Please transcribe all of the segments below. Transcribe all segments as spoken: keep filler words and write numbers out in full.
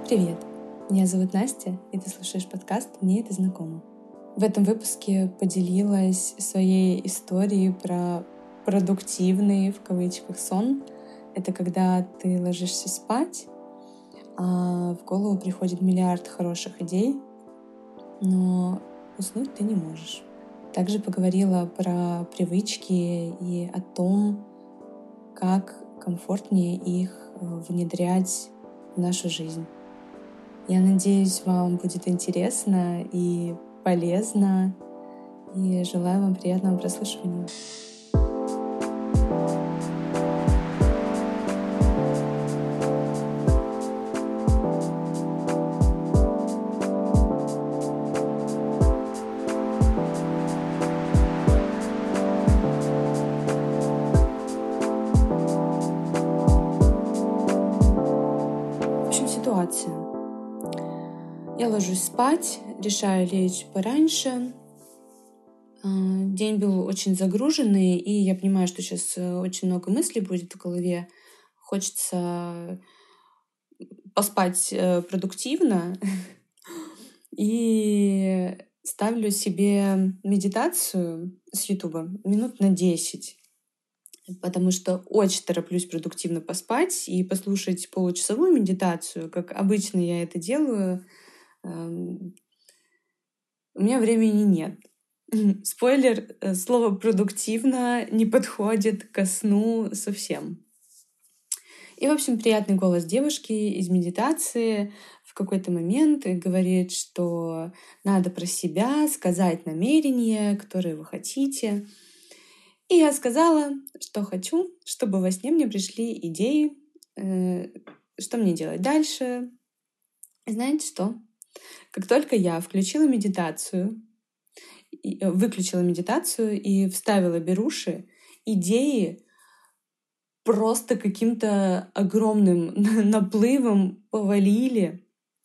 Привет! Меня зовут Настя, и ты слушаешь подкаст «Мне это знакомо». В этом выпуске поделилась своей историей про продуктивный, в кавычках, сон. Это когда ты ложишься спать, а в голову приходит миллиард хороших идей, но уснуть ты не можешь. Также поговорила про привычки и о том, как комфортнее их внедрять в нашу жизнь. Я надеюсь, вам будет интересно и полезно, и желаю вам приятного прослушивания. В общем, ситуация. Я ложусь спать, решаю лечь пораньше. День был очень загруженный, и я понимаю, что сейчас очень много мыслей будет в голове. Хочется поспать продуктивно. И ставлю себе медитацию с Ютуба минут на десять. Потому что очень тороплюсь продуктивно поспать и послушать получасовую медитацию, как обычно я это делаю, у меня времени нет. Спойлер, слово «продуктивно» не подходит ко сну совсем. И, в общем, приятный голос девушки из медитации в какой-то момент говорит, что надо про себя сказать намерения, которые вы хотите. И я сказала, что хочу, чтобы во сне мне пришли идеи, что мне делать дальше. И знаете что? Как только я включила медитацию, выключила медитацию и вставила беруши, идеи просто каким-то огромным наплывом повалили.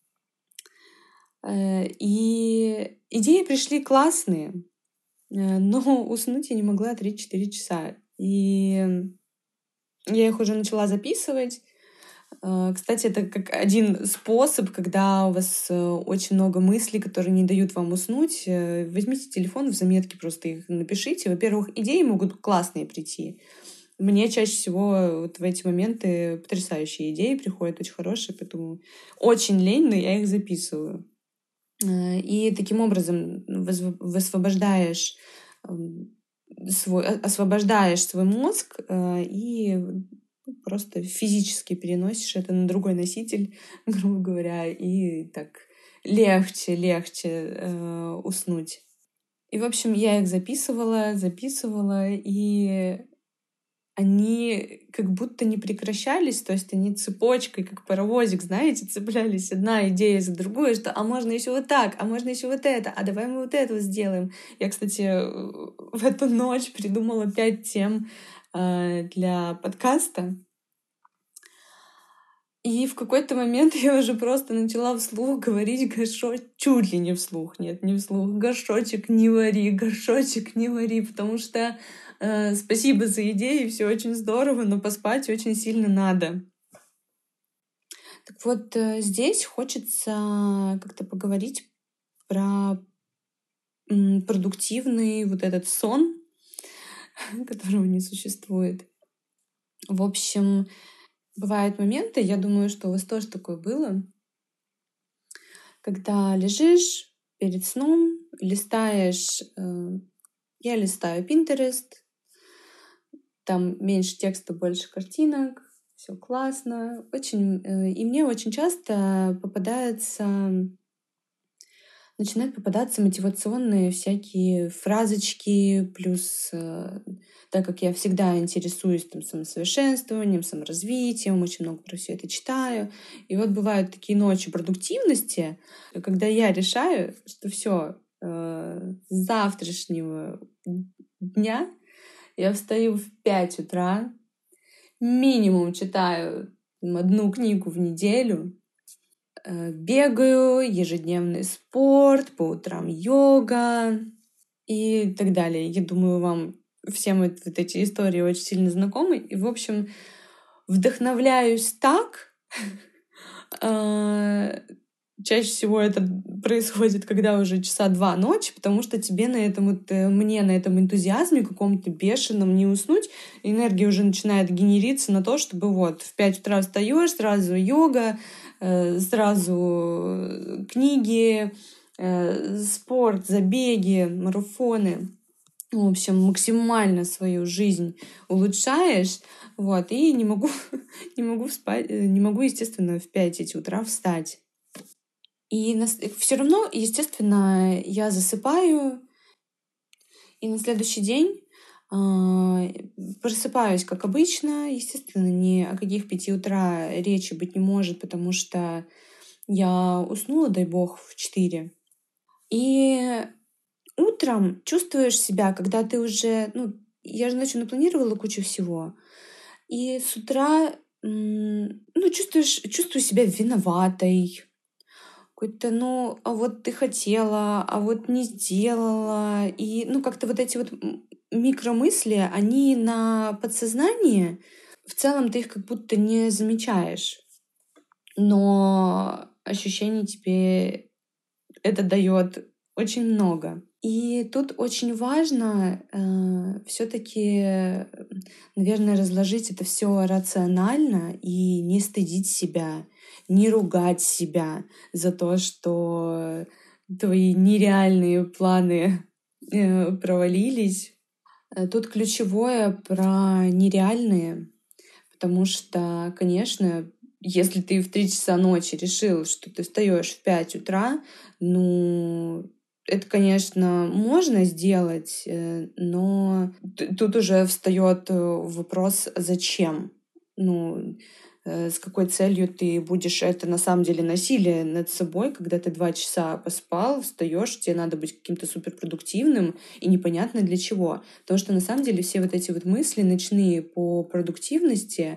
И идеи пришли классные, но уснуть я не могла три-четыре часа. И я их уже начала записывать. Кстати, это как один способ, когда у вас очень много мыслей, которые не дают вам уснуть. Возьмите телефон, в заметки просто их напишите. Во-первых, идеи могут классные прийти. Мне чаще всего вот в эти моменты потрясающие идеи приходят, очень хорошие, поэтому очень лень, но я их записываю. И таким образом высвобождаешь свой, освобождаешь свой мозг и просто физически переносишь это на другой носитель, грубо говоря, и так легче, легче э, уснуть. И, в общем, я их записывала, записывала, и они как будто не прекращались, то есть они цепочкой, как паровозик, знаете, цеплялись одна идея за другую, что а можно еще вот так, а можно еще вот это, а давай мы вот это вот сделаем. Я, кстати, в эту ночь придумала пять тем э, для подкаста. И в какой-то момент я уже просто начала вслух говорить горшочек, чуть ли не вслух, нет, не вслух, горшочек не вари, горшочек не вари, потому что э, спасибо за идеи, все очень здорово, но поспать очень сильно надо. Так вот, э, здесь хочется как-то поговорить про м, продуктивный вот этот сон, которого не существует. В общем, бывают моменты, я думаю, что у вас тоже такое было, когда лежишь перед сном, листаешь, э, я листаю Pinterest, там меньше текста, больше картинок, все классно, очень, э, и мне очень часто попадается, начинают попадаться мотивационные всякие фразочки, плюс, э, так как я всегда интересуюсь там самосовершенствованием, саморазвитием, очень много про все это читаю. И вот бывают такие ночи продуктивности, когда я решаю, что все, э, с завтрашнего дня я встаю в пять утра, минимум читаю там, одну книгу в неделю, бегаю, ежедневный спорт, по утрам йога и так далее. Я думаю, вам всем вот, вот эти истории очень сильно знакомы. И, в общем, вдохновляюсь так, А, Чаще всего это происходит, когда уже часа два ночи, потому что тебе на этом, вот, э, мне на этом энтузиазме каком-то бешеном не уснуть. Энергия уже начинает генериться на то, чтобы вот в пять утра встаешь, сразу йога, э, сразу книги, э, спорт, забеги, марафоны. В общем, максимально свою жизнь улучшаешь, вот, и не могу, не могу спать, э, не могу, естественно, в пять эти утра встать. И все равно, естественно, я засыпаю, и на следующий день а, просыпаюсь, как обычно. Естественно, ни о каких пяти утра речи быть не может, потому что я уснула, дай бог, в четыре. И утром чувствуешь себя, когда ты уже... Ну, я же ночью напланировала кучу всего. И с утра м, ну, чувствуешь, чувствую себя виноватой. Какой-то, ну, а вот ты хотела, а вот не сделала. И, ну, как-то вот эти вот м- микромысли, они на подсознании, в целом ты их как будто не замечаешь. Но ощущений тебе это дает очень много. И тут очень важно э, все-таки, наверное, разложить это все рационально и не стыдить себя, не ругать себя за то, что твои нереальные планы э, провалились. Э, Тут ключевое про нереальные, потому что, конечно, если ты в три часа ночи решил, что ты встаешь в пять утра, ну, это, конечно, можно сделать, э, но т- тут уже встает э, вопрос, зачем? Ну, э, с какой целью ты будешь это на самом деле насилие над собой, когда ты два часа поспал, встаешь, тебе надо быть каким-то суперпродуктивным, и непонятно для чего. Потому что на самом деле все вот эти вот мысли ночные по продуктивности,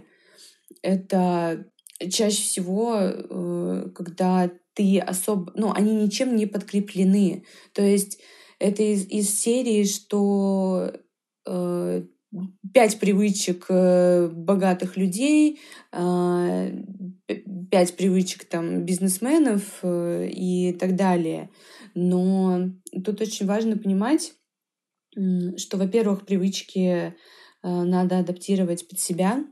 это чаще всего, э, когда ты особо... Ну, они ничем не подкреплены. То есть это из, из серии, что э, пять привычек э, богатых людей, э, п- пять привычек там бизнесменов э, и так далее. Но тут очень важно понимать, м, что, во-первых, привычки э, надо адаптировать под себя.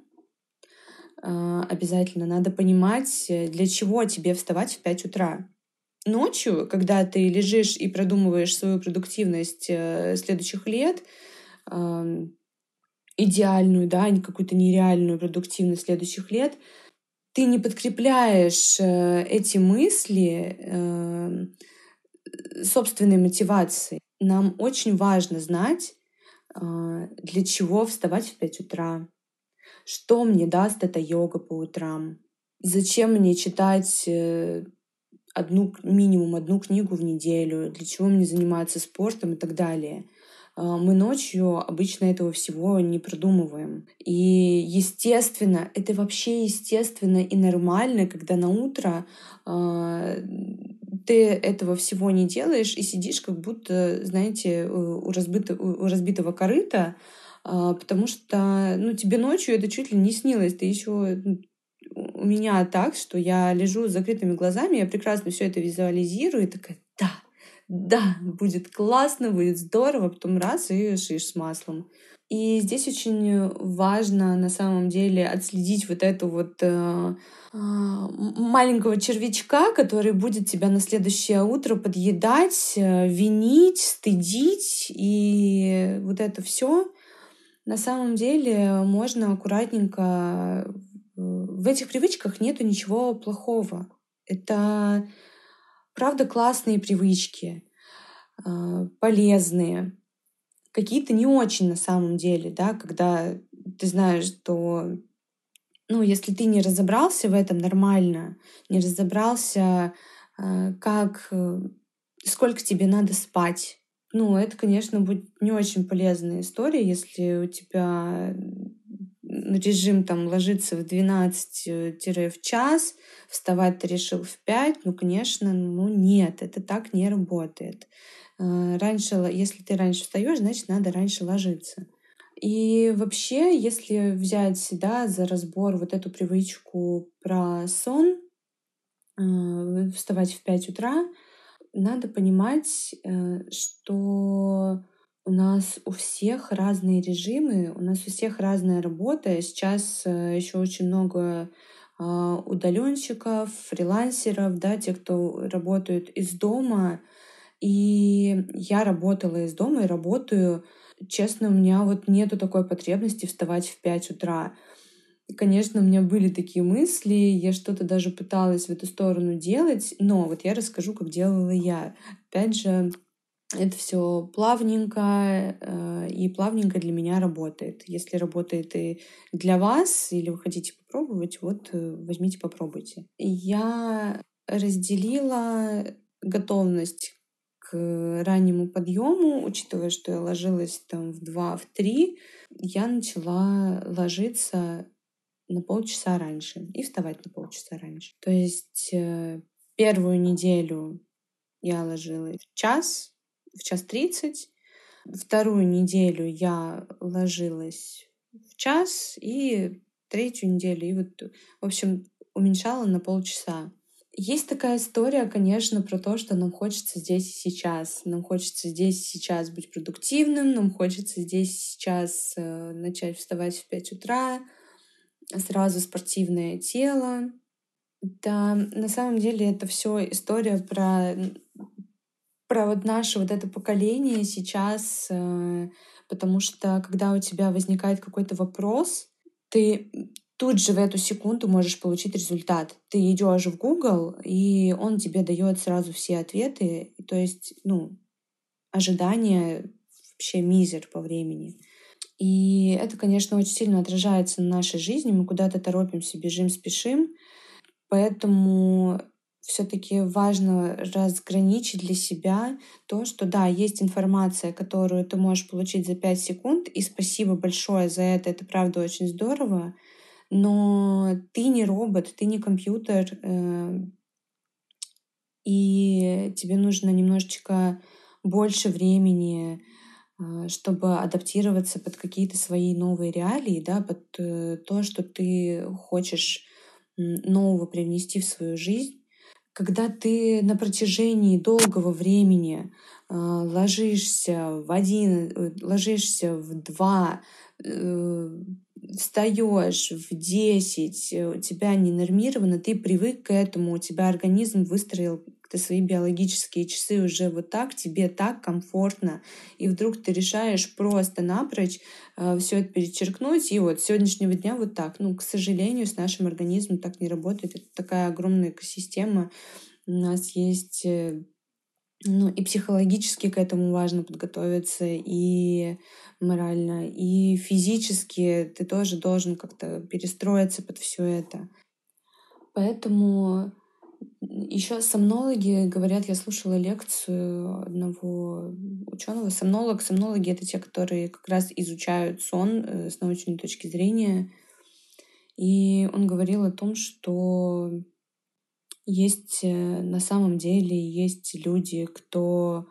А, Обязательно надо понимать, э, для чего тебе вставать в пять утра. Ночью, когда ты лежишь и продумываешь свою продуктивность э, следующих лет, ам, идеальную, да, а не какую-то нереальную продуктивность следующих лет, ты не подкрепляешь э, эти мысли эм, собственной мотивацией. Нам очень важно знать, а, для чего вставать в пять утра, что мне даст эта йога по утрам, зачем мне читать э, одну, к- минимум одну книгу в неделю, для чего мне заниматься спортом и так далее. А, Мы ночью обычно этого всего не продумываем. И, естественно, это вообще естественно и нормально, когда на утро а, ты этого всего не делаешь и сидишь как будто, знаете, у разбита- у разбитого корыта, а, потому что, ну, тебе ночью это чуть ли не снилось. Ты еще у меня так, что я лежу с закрытыми глазами, я прекрасно все это визуализирую и такая, да, да, будет классно, будет здорово, потом раз и шиш с маслом. И здесь очень важно на самом деле отследить вот эту вот э, а, м- маленького червячка, который будет тебя на следующее утро подъедать, э, винить, стыдить, и вот это все на самом деле можно аккуратненько... э, В этих привычках нету ничего плохого. Это правда классные привычки, а, полезные. Какие-то не очень на самом деле, да, когда ты знаешь, что, ну, если ты не разобрался в этом нормально, не разобрался, а, как, э, сколько тебе надо спать. Ну, это, конечно, будет не очень полезная история, если у тебя м, режим там ложиться в двенадцать в час, вставать ты решил в пять. Ну, конечно, ну нет, это так не работает. Э, Раньше, л- если ты раньше встаешь, значит, надо раньше ложиться. И вообще, если взять, да, за разбор вот эту привычку про сон, э, вставать в пять утра, надо понимать, э, что у нас у всех разные режимы, у нас у всех разная работа. Сейчас э, еще очень много а, удаленщиков, фрилансеров, да, те, кто работают из дома. И я работала из дома и работаю. Честно, у меня вот нету такой потребности вставать в пять утра. И, конечно, у меня были такие мысли, я что-то даже пыталась в эту сторону делать, но вот я расскажу, как делала я. Опять же, это все плавненько, э, и плавненько для меня работает. Если работает и для вас, или вы хотите попробовать, вот э, возьмите, попробуйте. Я разделила готовность к раннему подъему, учитывая, что я ложилась там в два, в три, я начала ложиться на полчаса раньше и вставать на полчаса раньше. То есть э, первую неделю я ложилась в час, в час тридцать. Вторую неделю я ложилась в час, и третью неделю, и вот, в общем, уменьшала на полчаса. Есть такая история, конечно, про то, что нам хочется здесь и сейчас. Нам хочется здесь и сейчас быть продуктивным, нам хочется здесь и сейчас э, начать вставать в пять утра, сразу спортивное тело. Да, на самом деле это все история про, про вот наше вот это поколение сейчас, э, потому что когда у тебя возникает какой-то вопрос, ты тут же в эту секунду можешь получить результат. Ты идешь в Google, и он тебе дает сразу все ответы. И то есть, ну, ожидание вообще мизер по времени. И это, конечно, очень сильно отражается на нашей жизни. Мы куда-то торопимся, бежим, спешим. Поэтому все-таки важно разграничить для себя то, что да, есть информация, которую ты можешь получить за пять секунд, и спасибо большое за это, это правда очень здорово, но ты не робот, ты не компьютер, э, и тебе нужно немножечко больше времени, а, чтобы адаптироваться под какие-то свои новые реалии, да, под э, то, что ты хочешь м, нового привнести в свою жизнь. Когда ты на протяжении долгого времени а, ложишься в один, э, ложишься в два, э, встаешь в десять, э, у тебя не нормировано, ты привык к этому, у тебя организм выстроил ты свои биологические часы уже вот так, тебе так комфортно, и вдруг ты решаешь просто напрочь все это перечеркнуть, и вот с сегодняшнего дня вот так. Ну, к сожалению, с нашим организмом так не работает. Это такая огромная экосистема. У нас есть э, ну, и психологически к этому важно подготовиться, и морально, и физически ты тоже должен как-то перестроиться под все это. Поэтому еще сомнологи говорят, я слушала лекцию одного ученого. Сомнолог, сомнологи — это те, которые как раз изучают сон э, с научной точки зрения. И он говорил о том, что есть э, на самом деле есть люди, кто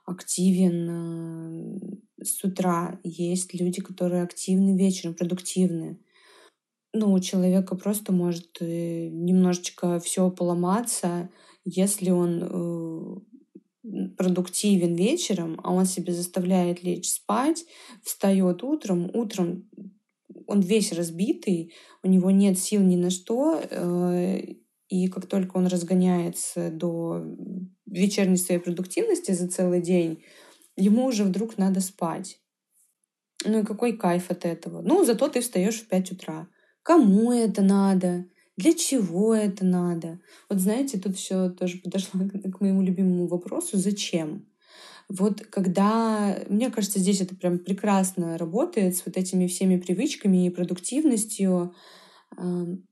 активен э, с утра, есть люди, которые активны вечером, продуктивны. Ну, у человека просто может э, немножечко все поломаться, если он э, продуктивен вечером, а он себя заставляет лечь спать, встает утром, утром он весь разбитый, у него нет сил ни на что, э, и как только он разгоняется до вечерней своей продуктивности за целый день, ему уже вдруг надо спать. Ну и какой кайф от этого? Ну, зато ты встаешь в пять утра. Кому это надо? Для чего это надо? Вот знаете, тут все тоже подошло к моему любимому вопросу: зачем? Вот когда, мне кажется, здесь это прям прекрасно работает с вот этими всеми привычками и продуктивностью. Ам,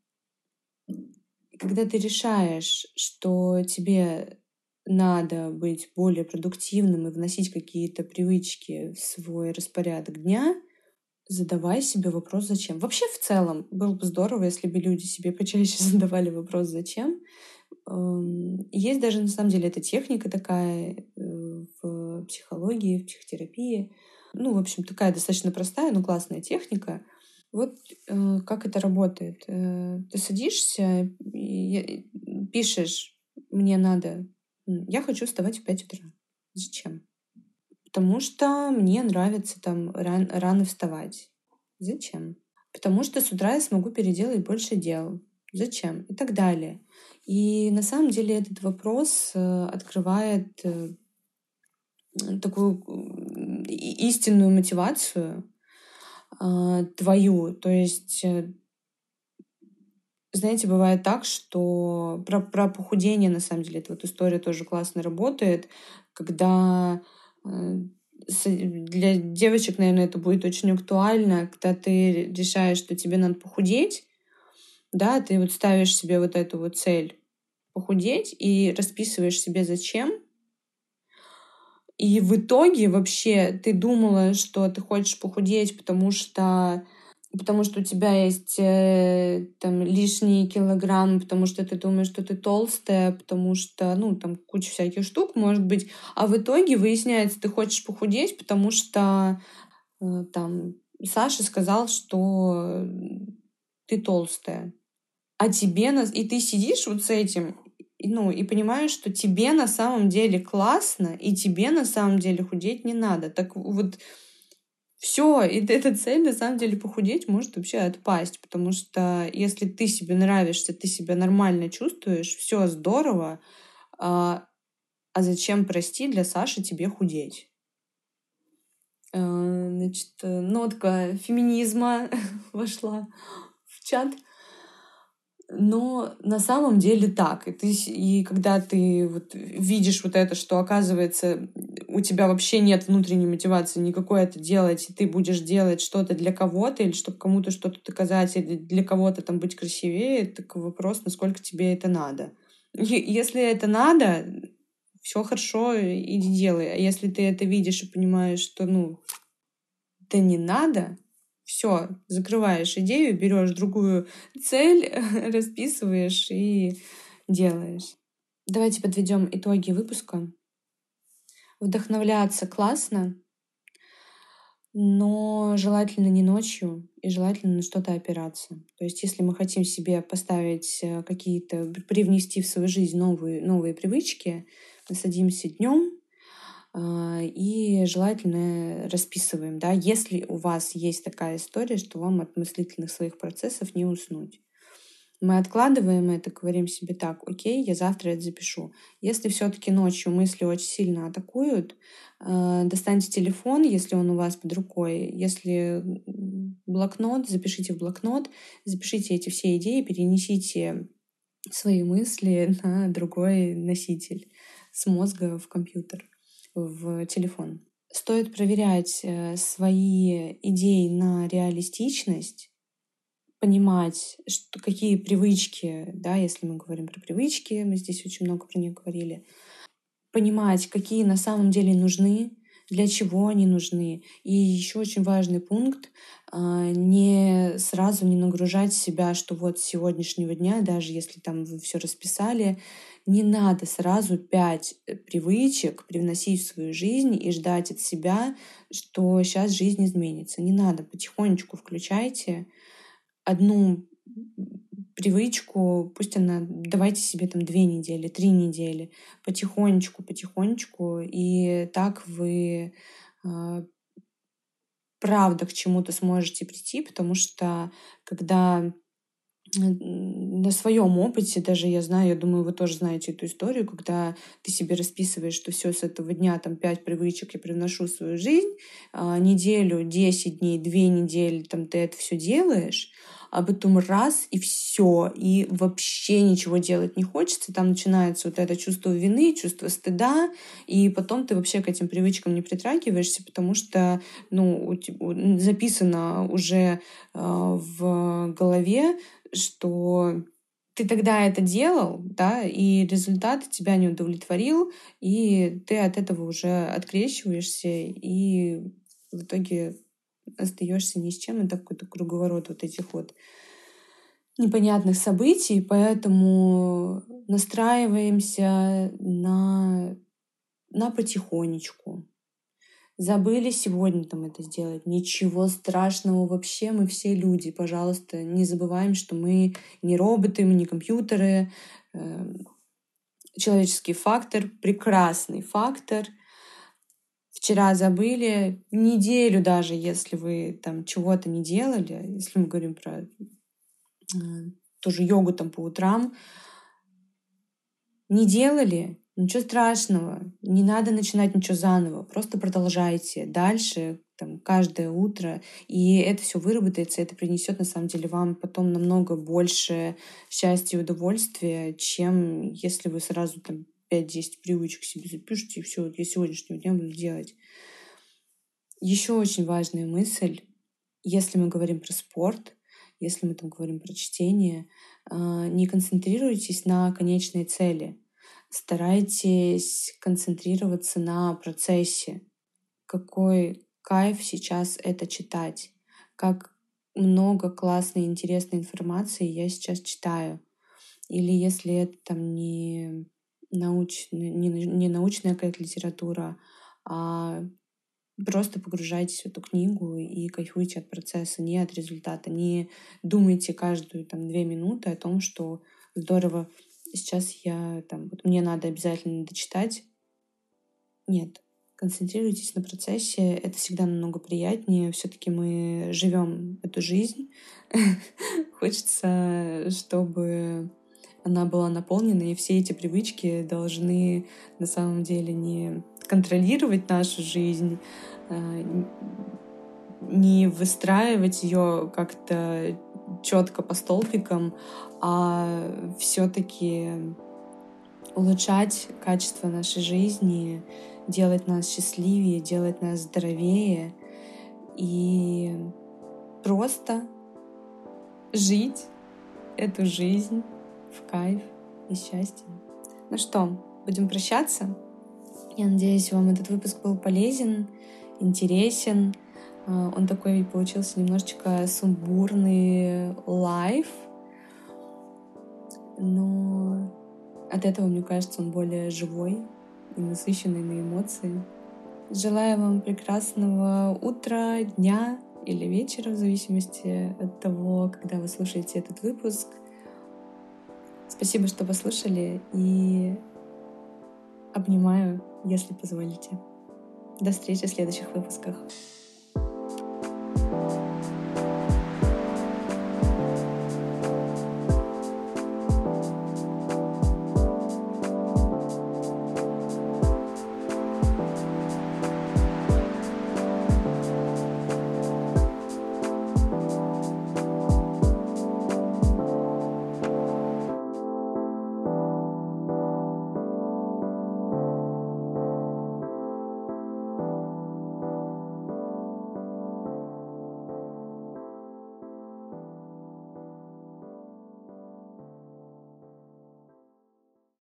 Когда ты решаешь, что тебе надо быть более продуктивным и вносить какие-то привычки в свой распорядок дня, задавай себе вопрос «зачем?». Вообще, в целом, было бы здорово, если бы люди себе почаще задавали вопрос «зачем?». Эм, Есть даже, на самом деле, эта техника такая э, в психологии, в психотерапии. Ну, в общем, такая достаточно простая, но классная техника. Вот э, как это работает. Э, Ты садишься, и пишешь: «Мне надо, я хочу вставать в пять утра». Зачем? Потому что мне нравится там ран- рано вставать. Зачем? Потому что с утра я смогу переделать больше дел. Зачем? И так далее. И на самом деле этот вопрос э, открывает э, такую м, и- истинную мотивацию а, твою. То есть, э, знаете, бывает так, что про, про похудение, на самом деле, эта вот история тоже классно работает, когда э, с- для девочек, наверное, это будет очень актуально, когда ты решаешь, что тебе надо похудеть, да, ты вот ставишь себе вот эту вот цель похудеть и расписываешь себе зачем. И в итоге вообще ты думала, что ты хочешь похудеть, потому что потому что у тебя есть э, там лишние килограммы, потому что ты думаешь, что ты толстая, потому что, ну, там куча всяких штук может быть. А в итоге выясняется, ты хочешь похудеть, потому что э, там Саша сказал, что ты толстая. А тебе нас и ты сидишь вот с этим, и, ну, и понимаешь, что тебе на самом деле классно, и тебе на самом деле худеть не надо. Так вот все, и т- эта цель на самом деле похудеть может вообще отпасть, потому что если ты себе нравишься, ты себя нормально чувствуешь, все здорово, а, а зачем, прости, для Саши тебе худеть? Э, Значит, э, нотка феминизма вошла в чат. Но на самом деле так. И, ты, с- и когда ты вот видишь вот это, что оказывается у тебя вообще нет внутренней мотивации никакой это делать, и ты будешь делать что-то для кого-то, или чтобы кому-то что-то доказать, или для кого-то там быть красивее, так вопрос, насколько тебе это надо. И если это надо, все хорошо, иди делай. А если ты это видишь и понимаешь, что ну да не надо, все, закрываешь идею, берешь другую цель, расписываешь и делаешь. Давайте подведем итоги выпуска. Вдохновляться классно, но желательно не ночью и желательно на что-то опираться. То есть если мы хотим себе поставить э, какие-то, привнести в свою жизнь новые, новые привычки, мы садимся днем, а, и желательно расписываем, да, если у вас есть такая история, что вам от мыслительных своих процессов не уснуть. Мы откладываем это, говорим себе так: окей, я завтра это запишу. Если все-таки ночью мысли очень сильно атакуют, а, достаньте телефон, если он у вас под рукой, если м, блокнот, запишите в блокнот, запишите эти все идеи, перенесите свои мысли на другой носитель с мозга в компьютер, в телефон. Стоит проверять э, свои идеи на реалистичность, понимать, что, какие привычки, да, если мы говорим про привычки, мы здесь очень много про них говорили, понимать, какие на самом деле нужны, для чего они нужны. И еще очень важный пункт а, не сразу не нагружать себя, что вот с сегодняшнего дня, даже если там вы все расписали, не надо сразу пять э, привычек привносить в свою жизнь и ждать от себя, что сейчас жизнь изменится. Не надо, потихонечку включайте одну привычку, пусть она, давайте себе там две недели, три недели, потихонечку, потихонечку, и так вы а, правда к чему-то сможете прийти, потому что когда м, на своем опыте, даже я знаю, я думаю, вы тоже знаете эту историю, когда ты себе расписываешь, что все с этого дня, там, пять привычек я привношу в свою жизнь, а, неделю, десять дней, две недели, там, ты это все делаешь, а потом раз и все, и вообще ничего делать не хочется, там начинается вот это чувство вины, чувство стыда, и потом ты вообще к этим привычкам не притрагиваешься, потому что, ну, у теб- записано уже а, в голове, что ты тогда это делал, да, и результат тебя не удовлетворил, и ты от этого уже открещиваешься, и в итоге остаешься ни с чем, и так какой-то круговорот вот этих вот непонятных событий, поэтому настраиваемся на, на потихонечку. Забыли сегодня там это сделать. Ничего страшного вообще, мы все люди. Пожалуйста, не забываем, что мы не роботы, мы не компьютеры. Человеческий фактор — прекрасный фактор. Вчера забыли, неделю даже, если вы там чего-то не делали, если мы говорим про э, тоже йогу там по утрам, не делали, ничего страшного, не надо начинать ничего заново, просто продолжайте дальше, там, каждое утро, и это все выработается, это принесет на самом деле вам потом намного больше счастья и удовольствия, чем если вы сразу там пять-десять привычек себе запишите, и все, вот я сегодняшнего дня буду делать. Еще очень важная мысль, если мы говорим про спорт, если мы там говорим про чтение, не концентрируйтесь на конечной цели. Старайтесь концентрироваться на процессе. Какой кайф сейчас это читать. Как много классной, интересной информации я сейчас читаю. Или если это там не, научная, не, не научная какая-то литература, а просто погружайтесь в эту книгу и кайфуйте от процесса, не от результата. Не думайте каждую там две минуты о том, что здорово, сейчас я там, вот мне надо обязательно дочитать. Нет, концентрируйтесь на процессе, это всегда намного приятнее. Все-таки мы живем эту жизнь. Хочется, чтобы она была наполнена, и все эти привычки должны на самом деле не контролировать нашу жизнь, не выстраивать ее как-то четко по столбикам, а все-таки улучшать качество нашей жизни, делать нас счастливее, делать нас здоровее и просто жить эту жизнь в кайф и счастье. Ну что, будем прощаться. Я надеюсь, вам этот выпуск был полезен, интересен. Он такой получился немножечко сумбурный лайв, но от этого, мне кажется, он более живой и насыщенный на эмоции. Желаю вам прекрасного утра, дня или вечера, в зависимости от того, когда вы слушаете этот выпуск. Спасибо, что послушали, и обнимаю, если позволите. До встречи в следующих выпусках.